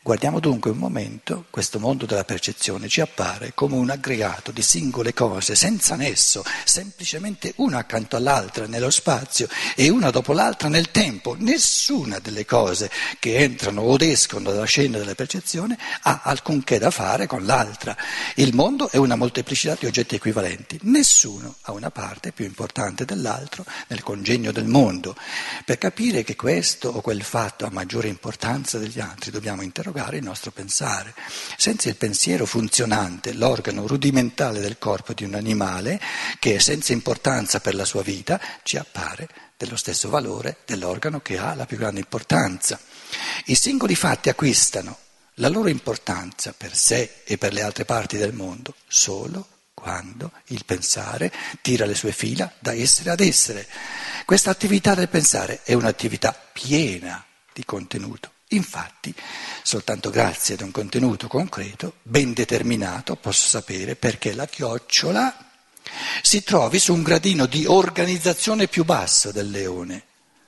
Guardiamo dunque un momento, questo mondo della percezione ci appare come un aggregato di singole cose senza nesso, semplicemente una accanto all'altra nello spazio e una dopo l'altra nel tempo. Nessuna delle cose che entrano o escono dalla scena della percezione ha alcunché da fare con l'altra. Il mondo è una molteplicità di oggetti equivalenti, nessuno ha una parte più importante dell'altro nel congegno del mondo. Per capire che questo o quel fatto ha maggiore importanza degli altri dobbiamo interrogare il nostro pensare. Senza il pensiero funzionante, l'organo rudimentale del corpo di un animale, che è senza importanza per la sua vita, ci appare dello stesso valore dell'organo che ha la più grande importanza. I singoli fatti acquistano la loro importanza per sé e per le altre parti del mondo solo quando il pensare tira le sue fila da essere ad essere. Questa attività del pensare è un'attività piena di contenuto. Infatti, soltanto grazie ad un contenuto concreto, ben determinato, posso sapere perché la chiocciola si trovi su un gradino di organizzazione più basso del leone.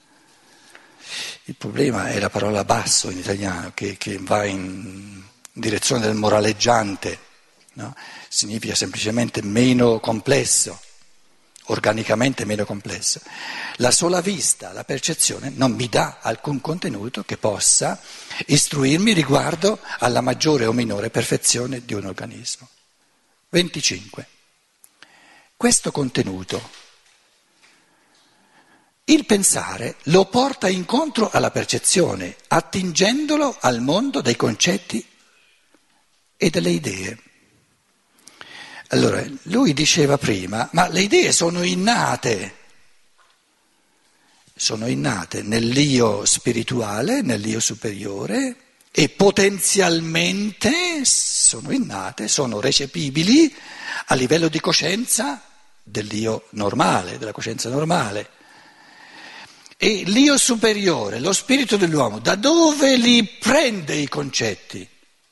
Il problema è la parola basso in italiano, che va in direzione del moraleggiante, no? Significa semplicemente meno complesso. Organicamente meno complesso. La sola vista, la percezione, non mi dà alcun contenuto che possa istruirmi riguardo alla maggiore o minore perfezione di un organismo. 25. Questo contenuto, il pensare lo porta incontro alla percezione, attingendolo al mondo dei concetti e delle idee. Allora, lui diceva prima, ma le idee sono innate nell'io spirituale, nell'io superiore e potenzialmente sono innate, sono recepibili a livello di coscienza dell'io normale, della coscienza normale. E l'io superiore, lo spirito dell'uomo, da dove li prende i concetti?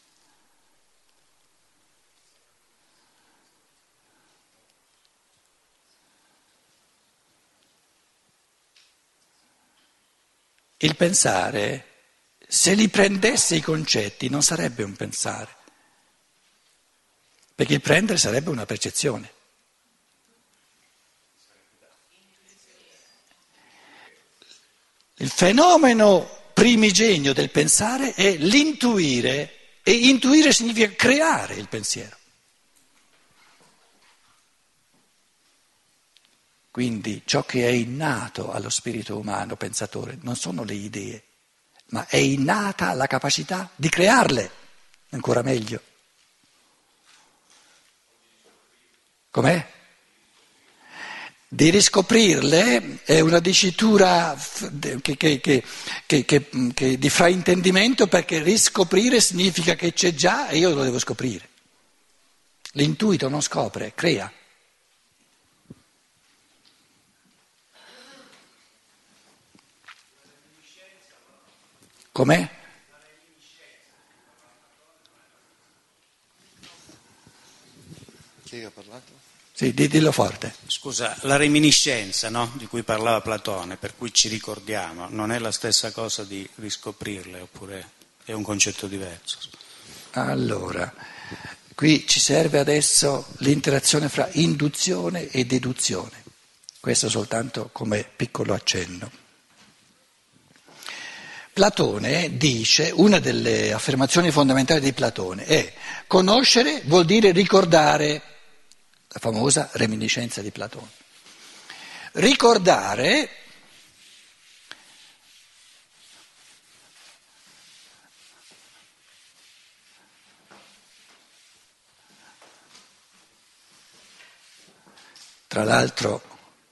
Il pensare, se li prendesse i concetti, non sarebbe un pensare, perché il prendere sarebbe una percezione. Il fenomeno primigenio del pensare è l'intuire, e intuire significa creare il pensiero. Quindi ciò che è innato allo spirito umano pensatore non sono le idee, ma è innata la capacità di crearle, ancora meglio. Com'è? Di riscoprirle è una dicitura di fraintendimento, perché riscoprire significa che c'è già e io lo devo scoprire. L'intuito non scopre, crea. Com'è? Chi ha parlato? Sì, dillo forte. Scusa, la reminiscenza, no? Di cui parlava Platone, per cui ci ricordiamo, non è la stessa cosa di riscoprirle, oppure è un concetto diverso? Allora, qui ci serve adesso l'interazione fra induzione e deduzione. Questo soltanto come piccolo accenno. Platone dice, una delle affermazioni fondamentali di Platone è: conoscere vuol dire ricordare, la famosa reminiscenza di Platone. Ricordare tra l'altro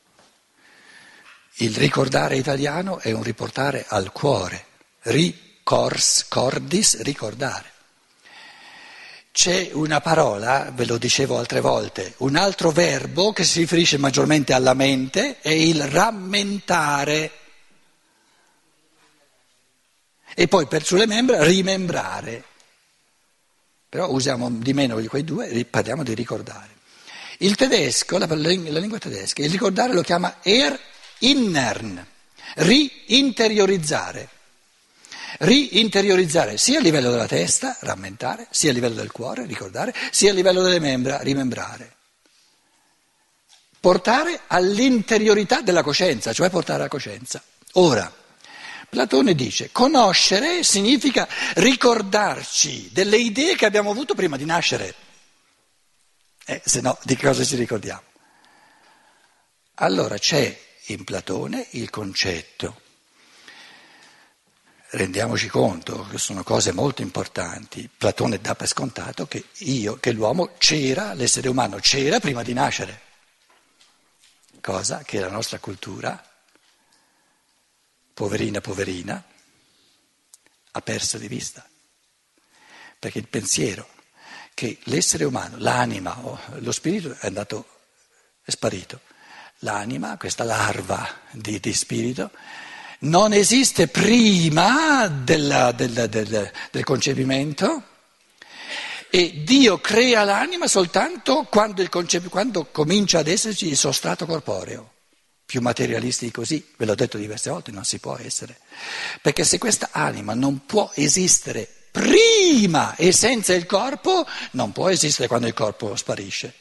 il ricordare italiano è un riportare al cuore. Cordis, ricordare. C'è una parola, ve lo dicevo altre volte, un altro verbo che si riferisce maggiormente alla mente è il rammentare. E poi per sulle membra rimembrare. Però usiamo di meno di quei due e parliamo di ricordare. Il tedesco, la lingua tedesca, il ricordare lo chiama erinnern, riinteriorizzare. Ri-interiorizzare sia a livello della testa, rammentare, sia a livello del cuore, ricordare, sia a livello delle membra, rimembrare. Portare all'interiorità della coscienza, cioè portare alla coscienza. Ora, Platone dice, conoscere significa ricordarci delle idee che abbiamo avuto prima di nascere. Se no, di che cosa ci ricordiamo? Allora c'è in Platone il concetto, rendiamoci conto che sono cose molto importanti. Platone dà per scontato che l'uomo c'era, l'essere umano c'era prima di nascere, cosa che la nostra cultura, poverina, ha perso di vista. Perché il pensiero che l'essere umano, l'anima o lo spirito è sparito. L'anima, questa larva di spirito, non esiste prima del concepimento e Dio crea l'anima soltanto quando comincia ad esserci il sostrato corporeo. Più materialisti di così, ve l'ho detto diverse volte, non si può essere. Perché se questa anima non può esistere prima e senza il corpo, non può esistere quando il corpo sparisce.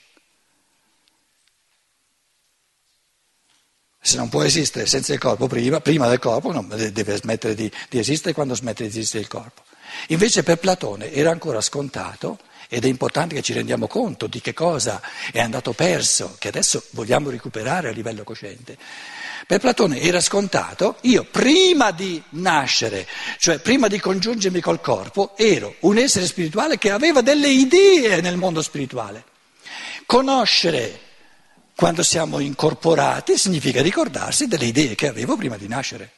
Se non può esistere senza il corpo prima del corpo non deve smettere di esistere quando smette di esistere il corpo. Invece per Platone era ancora scontato, ed è importante che ci rendiamo conto di che cosa è andato perso, che adesso vogliamo recuperare a livello cosciente. Per Platone era scontato, io prima di nascere, cioè prima di congiungermi col corpo, ero un essere spirituale che aveva delle idee nel mondo spirituale. Conoscere quando siamo incorporati significa ricordarsi delle idee che avevo prima di nascere.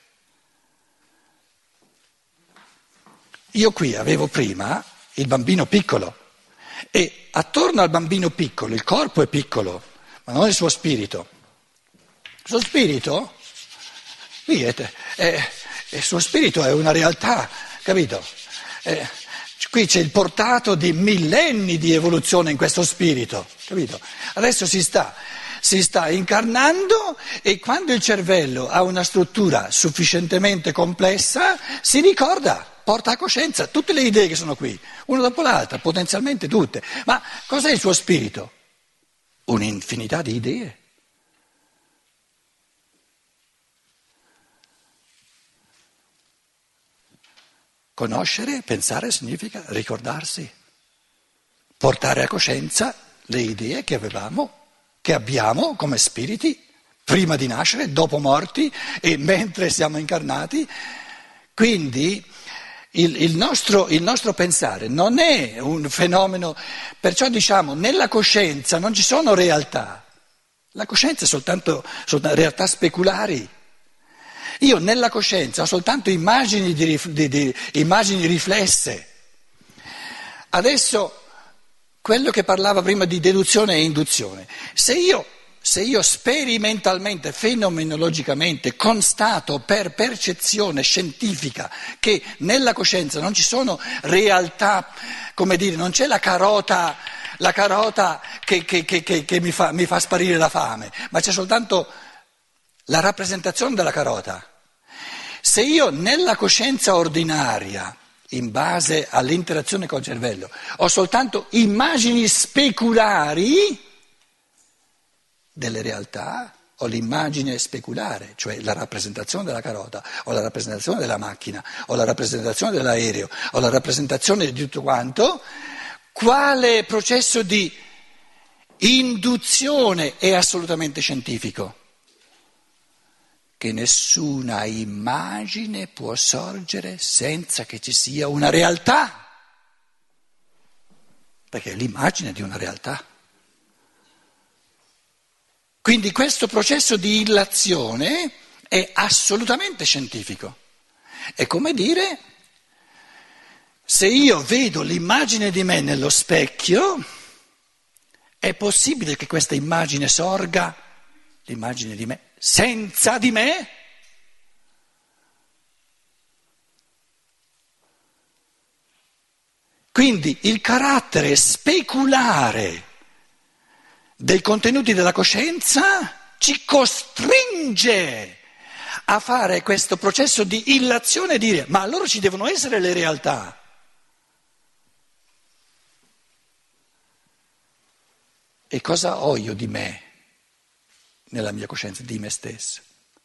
Io qui avevo prima il bambino piccolo e attorno al bambino piccolo il corpo è piccolo, ma non il suo spirito. Il suo spirito, il suo spirito è una realtà, capito? Qui c'è il portato di millenni di evoluzione in questo spirito, capito? Adesso si sta incarnando e quando il cervello ha una struttura sufficientemente complessa si ricorda, porta a coscienza tutte le idee che sono qui, una dopo l'altra, potenzialmente tutte. Ma cos'è il suo spirito? Un'infinità di idee. Conoscere, pensare significa ricordarsi, portare a coscienza le idee che abbiamo come spiriti, prima di nascere, dopo morti e mentre siamo incarnati. Quindi il nostro pensare non è un fenomeno, perciò diciamo nella coscienza non ci sono realtà, la coscienza è soltanto realtà speculari. Io nella coscienza ho soltanto immagini immagini riflesse. Adesso quello che parlava prima di deduzione e induzione, se io sperimentalmente, fenomenologicamente constato per percezione scientifica che nella coscienza non ci sono realtà, come dire, non c'è la carota che mi fa sparire la fame, ma c'è soltanto la rappresentazione della carota. Se io nella coscienza ordinaria, in base all'interazione col cervello, ho soltanto immagini speculari delle realtà, ho l'immagine speculare, cioè la rappresentazione della carota, o la rappresentazione della macchina, o la rappresentazione dell'aereo, o la rappresentazione di tutto quanto, quale processo di induzione è assolutamente scientifico? Che nessuna immagine può sorgere senza che ci sia una realtà, perché è l'immagine di una realtà. Quindi questo processo di illazione è assolutamente scientifico. È come dire, se io vedo l'immagine di me nello specchio, è possibile che questa immagine sorga, l'immagine di me, senza di me? Quindi il carattere speculare dei contenuti della coscienza ci costringe a fare questo processo di illazione e dire ma allora ci devono essere le realtà. E cosa ho io di me nella mia coscienza, di me stesso?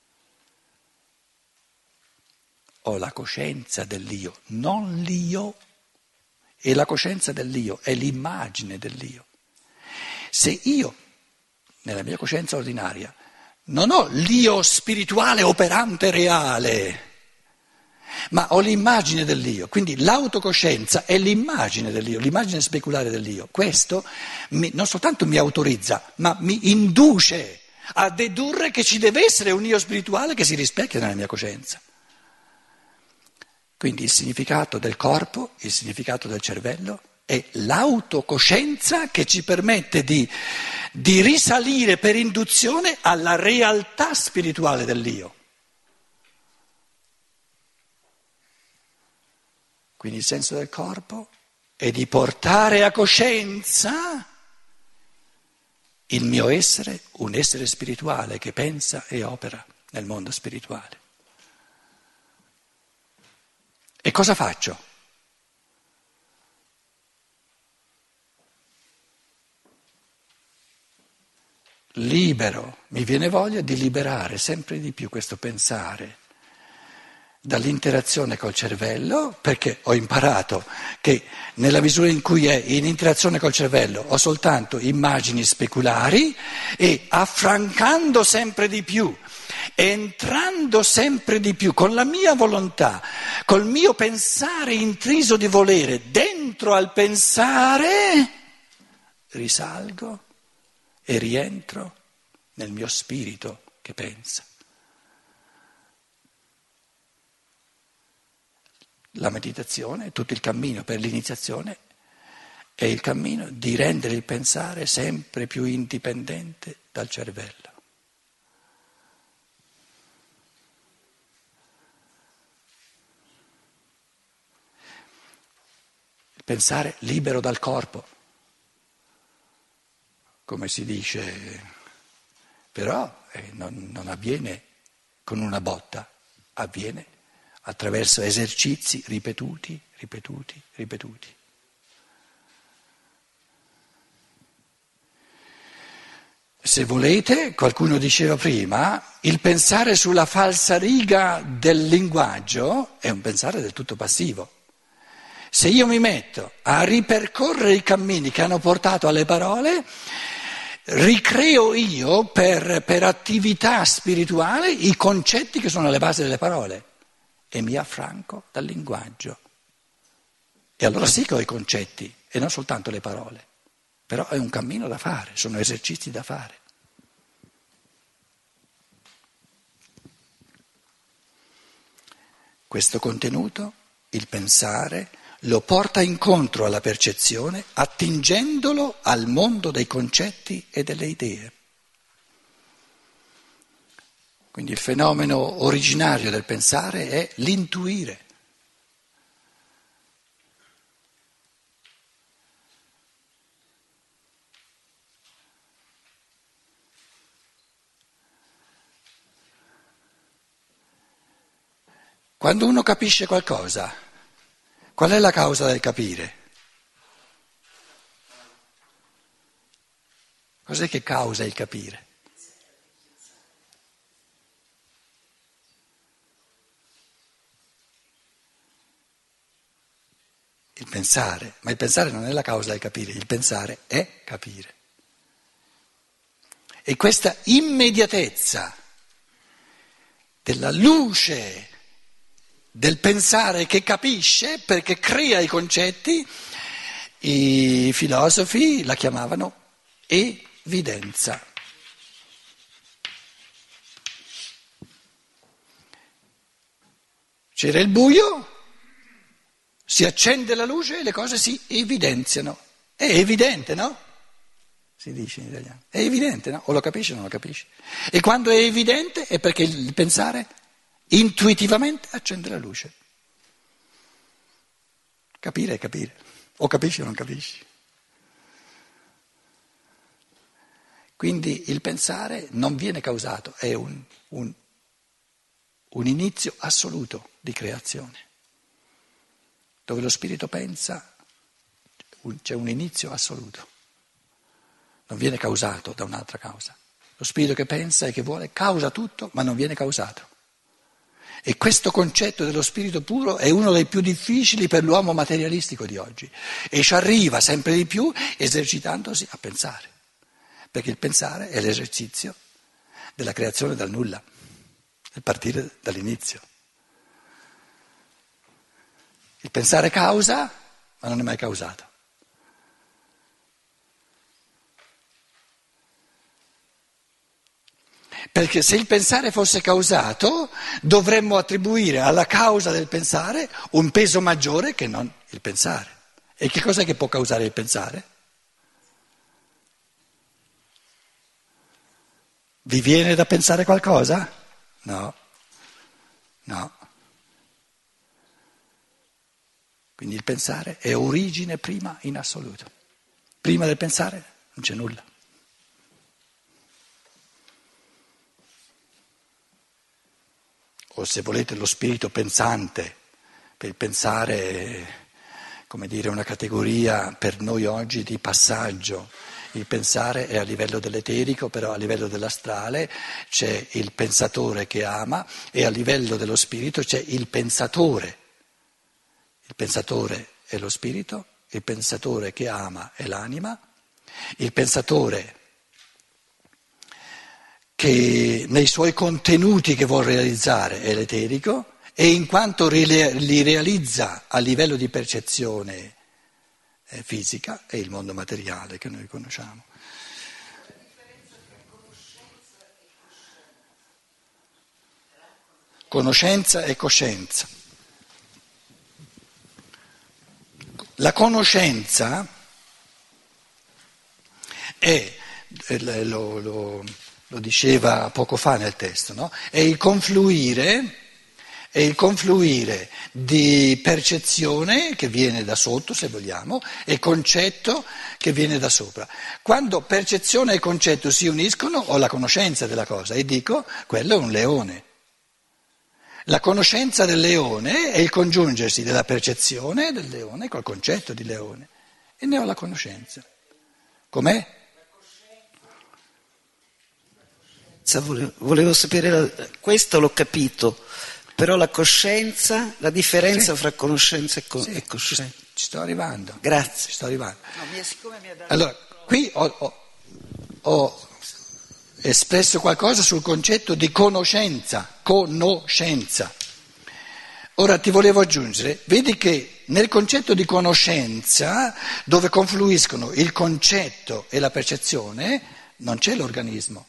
Ho la coscienza dell'io, non l'io. E la coscienza dell'io è l'immagine dell'io. Se io, nella mia coscienza ordinaria, non ho l'io spirituale operante reale, ma ho l'immagine dell'io, quindi l'autocoscienza è l'immagine dell'io, l'immagine speculare dell'io. Questo non soltanto mi autorizza, ma mi induce a dedurre che ci deve essere un io spirituale che si rispecchia nella mia coscienza. Quindi il significato del corpo, il significato del cervello è l'autocoscienza che ci permette di risalire per induzione alla realtà spirituale dell'io. Quindi il senso del corpo è di portare a coscienza il mio essere, un essere spirituale che pensa e opera nel mondo spirituale. E cosa faccio? Libero, mi viene voglia di liberare sempre di più questo pensare dall'interazione col cervello, perché ho imparato che nella misura in cui è in interazione col cervello ho soltanto immagini speculari e affrancando sempre di più, entrando sempre di più con la mia volontà, col mio pensare intriso di volere, dentro al pensare risalgo e rientro nel mio spirito che pensa. La meditazione, tutto il cammino per l'iniziazione è il cammino di rendere il pensare sempre più indipendente dal cervello. Il pensare libero dal corpo, come si dice, però non avviene con una botta, avviene attraverso esercizi ripetuti. Se volete, qualcuno diceva prima, il pensare sulla falsariga del linguaggio è un pensare del tutto passivo. Se io mi metto a ripercorrere i cammini che hanno portato alle parole, ricreo io per attività spirituale i concetti che sono alle basi delle parole. E mi affranco dal linguaggio. E allora sì che ho i concetti e non soltanto le parole. Però è un cammino da fare, sono esercizi da fare. Questo contenuto, il pensare, lo porta incontro alla percezione attingendolo al mondo dei concetti e delle idee. Quindi il fenomeno originario del pensare è l'intuire. Quando uno capisce qualcosa, qual è la causa del capire? Cos'è che causa il capire? Il pensare, ma il pensare non è la causa del capire, il pensare è capire. E questa immediatezza della luce del pensare che capisce perché crea i concetti, i filosofi la chiamavano evidenza. C'era il buio, si accende la luce e le cose si evidenziano. È evidente, no? Si dice in italiano. È evidente, no? O lo capisci o non lo capisci. E quando è evidente è perché il pensare intuitivamente accende la luce. Capire è capire. O capisci o non capisci. Quindi il pensare non viene causato, è un un inizio assoluto di creazione. Dove lo spirito pensa c'è un inizio assoluto, non viene causato da un'altra causa. Lo spirito che pensa e che vuole causa tutto, ma non viene causato. E questo concetto dello spirito puro è uno dei più difficili per l'uomo materialistico di oggi e ci arriva sempre di più esercitandosi a pensare, perché il pensare è l'esercizio della creazione dal nulla, del partire dall'inizio. Il pensare causa, ma non è mai causato. Perché se il pensare fosse causato, dovremmo attribuire alla causa del pensare un peso maggiore che non il pensare. E che cos'è che può causare il pensare? Vi viene da pensare qualcosa? No. Quindi il pensare è origine prima in assoluto. Prima del pensare non c'è nulla. O se volete lo spirito pensante, per il pensare è, come dire, una categoria per noi oggi di passaggio. Il pensare è a livello dell'eterico, però a livello dell'astrale c'è il pensatore che ama e a livello dello spirito c'è il pensatore. Il pensatore è lo spirito, il pensatore che ama è l'anima, il pensatore che nei suoi contenuti che vuol realizzare è l'eterico e in quanto li realizza a livello di percezione fisica è il mondo materiale che noi conosciamo. Conoscenza e coscienza. La conoscenza è, lo diceva poco fa nel testo, no? È il confluire di percezione che viene da sotto, se vogliamo, e concetto che viene da sopra. Quando percezione e concetto si uniscono ho la conoscenza della cosa e dico, quello è un leone. La conoscenza del leone è il congiungersi della percezione del leone col concetto di leone e ne ho la conoscenza. Com'è? Volevo sapere, questo l'ho capito, però la coscienza, la differenza fra conoscenza e coscienza. Ci sto arrivando. Grazie. Ci sto arrivando. No, siccome mi ha dato... Allora, qui ho espresso qualcosa sul concetto di conoscenza. Ora ti volevo aggiungere, vedi che nel concetto di conoscenza, dove confluiscono il concetto e la percezione, non c'è l'organismo.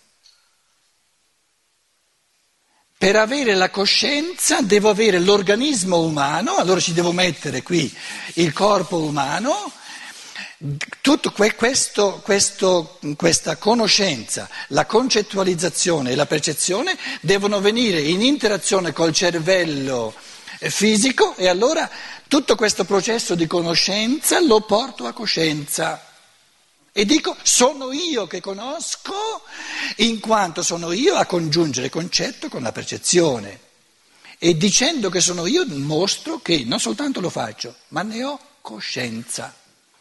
Per avere la coscienza devo avere l'organismo umano, allora ci devo mettere qui il corpo umano, tutto questa conoscenza, la concettualizzazione e la percezione devono venire in interazione col cervello fisico e allora tutto questo processo di conoscenza lo porto a coscienza. E dico, sono io che conosco, in quanto sono io a congiungere concetto con la percezione. E dicendo che sono io mostro che non soltanto lo faccio, ma ne ho coscienza.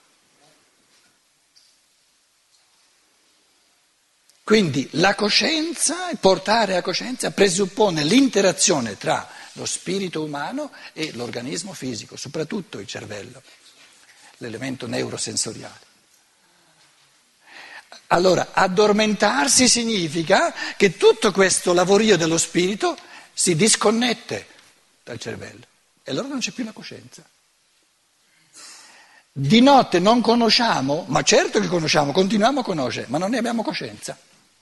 Quindi la coscienza, portare a coscienza, presuppone l'interazione tra lo spirito umano e l'organismo fisico, soprattutto il cervello, l'elemento neurosensoriale. Allora, addormentarsi significa che tutto questo lavorio dello spirito si disconnette dal cervello e allora non c'è più la coscienza. Di notte non conosciamo, ma certo che conosciamo, continuiamo a conoscere, ma non ne abbiamo coscienza.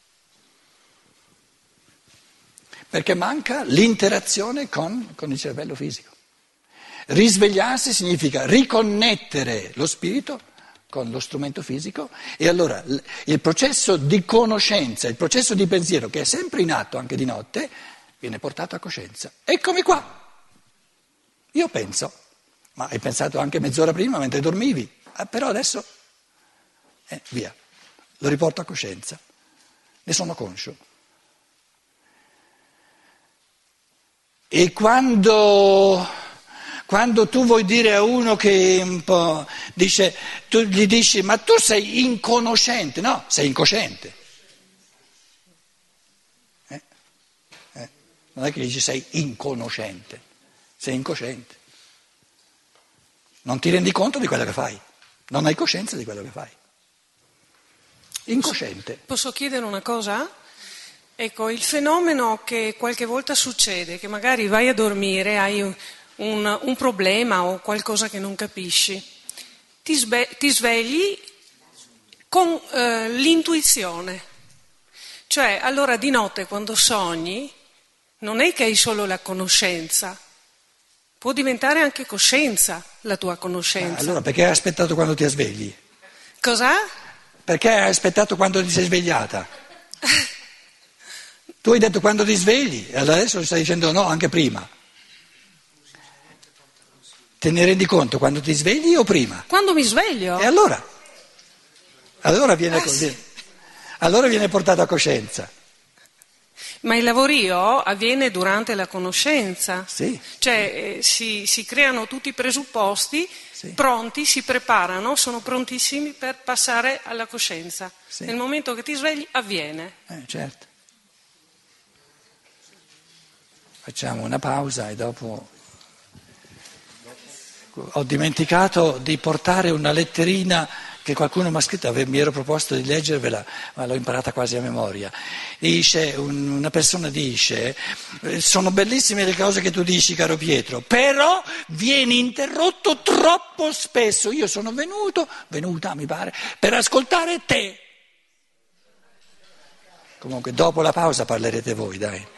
Perché manca l'interazione con il cervello fisico. Risvegliarsi significa riconnettere lo spirito con lo strumento fisico e allora il processo di conoscenza, il processo di pensiero che è sempre in atto anche di notte, viene portato a coscienza. Eccomi qua, io penso, ma hai pensato anche mezz'ora prima mentre dormivi, però adesso via, lo riporto a coscienza, ne sono conscio. E quando tu vuoi dire a uno che un po' dice, tu gli dici ma tu sei inconoscente, no, sei incosciente. Non è che gli dici sei inconoscente, sei incosciente. Non ti rendi conto di quello che fai, non hai coscienza di quello che fai. Incosciente. Posso chiedere una cosa? Ecco, il fenomeno che qualche volta succede, che magari vai a dormire, hai un problema o qualcosa che non capisci, ti svegli con l'intuizione. Cioè, allora di notte quando sogni, non è che hai solo la conoscenza, può diventare anche coscienza la tua conoscenza. Allora perché hai aspettato quando ti svegli? Cos'è? Perché hai aspettato quando ti sei svegliata? Tu hai detto quando ti svegli, e adesso stai dicendo no, anche prima. Te ne rendi conto quando ti svegli o prima? Quando mi sveglio. E allora? Allora viene così. Sì. Allora viene portato a coscienza. Ma il lavorio avviene durante la conoscenza, Sì. Cioè si creano tutti i presupposti, Sì. pronti, si preparano, sono prontissimi per passare alla coscienza. Sì. Nel momento che ti svegli avviene. Certo. Facciamo una pausa e dopo... Ho dimenticato di portare una letterina che qualcuno mi ha scritto, mi ero proposto di leggervela, ma l'ho imparata quasi a memoria. Dice, una persona dice, sono bellissime le cose che tu dici, caro Pietro, però vieni interrotto troppo spesso. Io sono venuta mi pare, per ascoltare te. Comunque dopo la pausa parlerete voi, dai.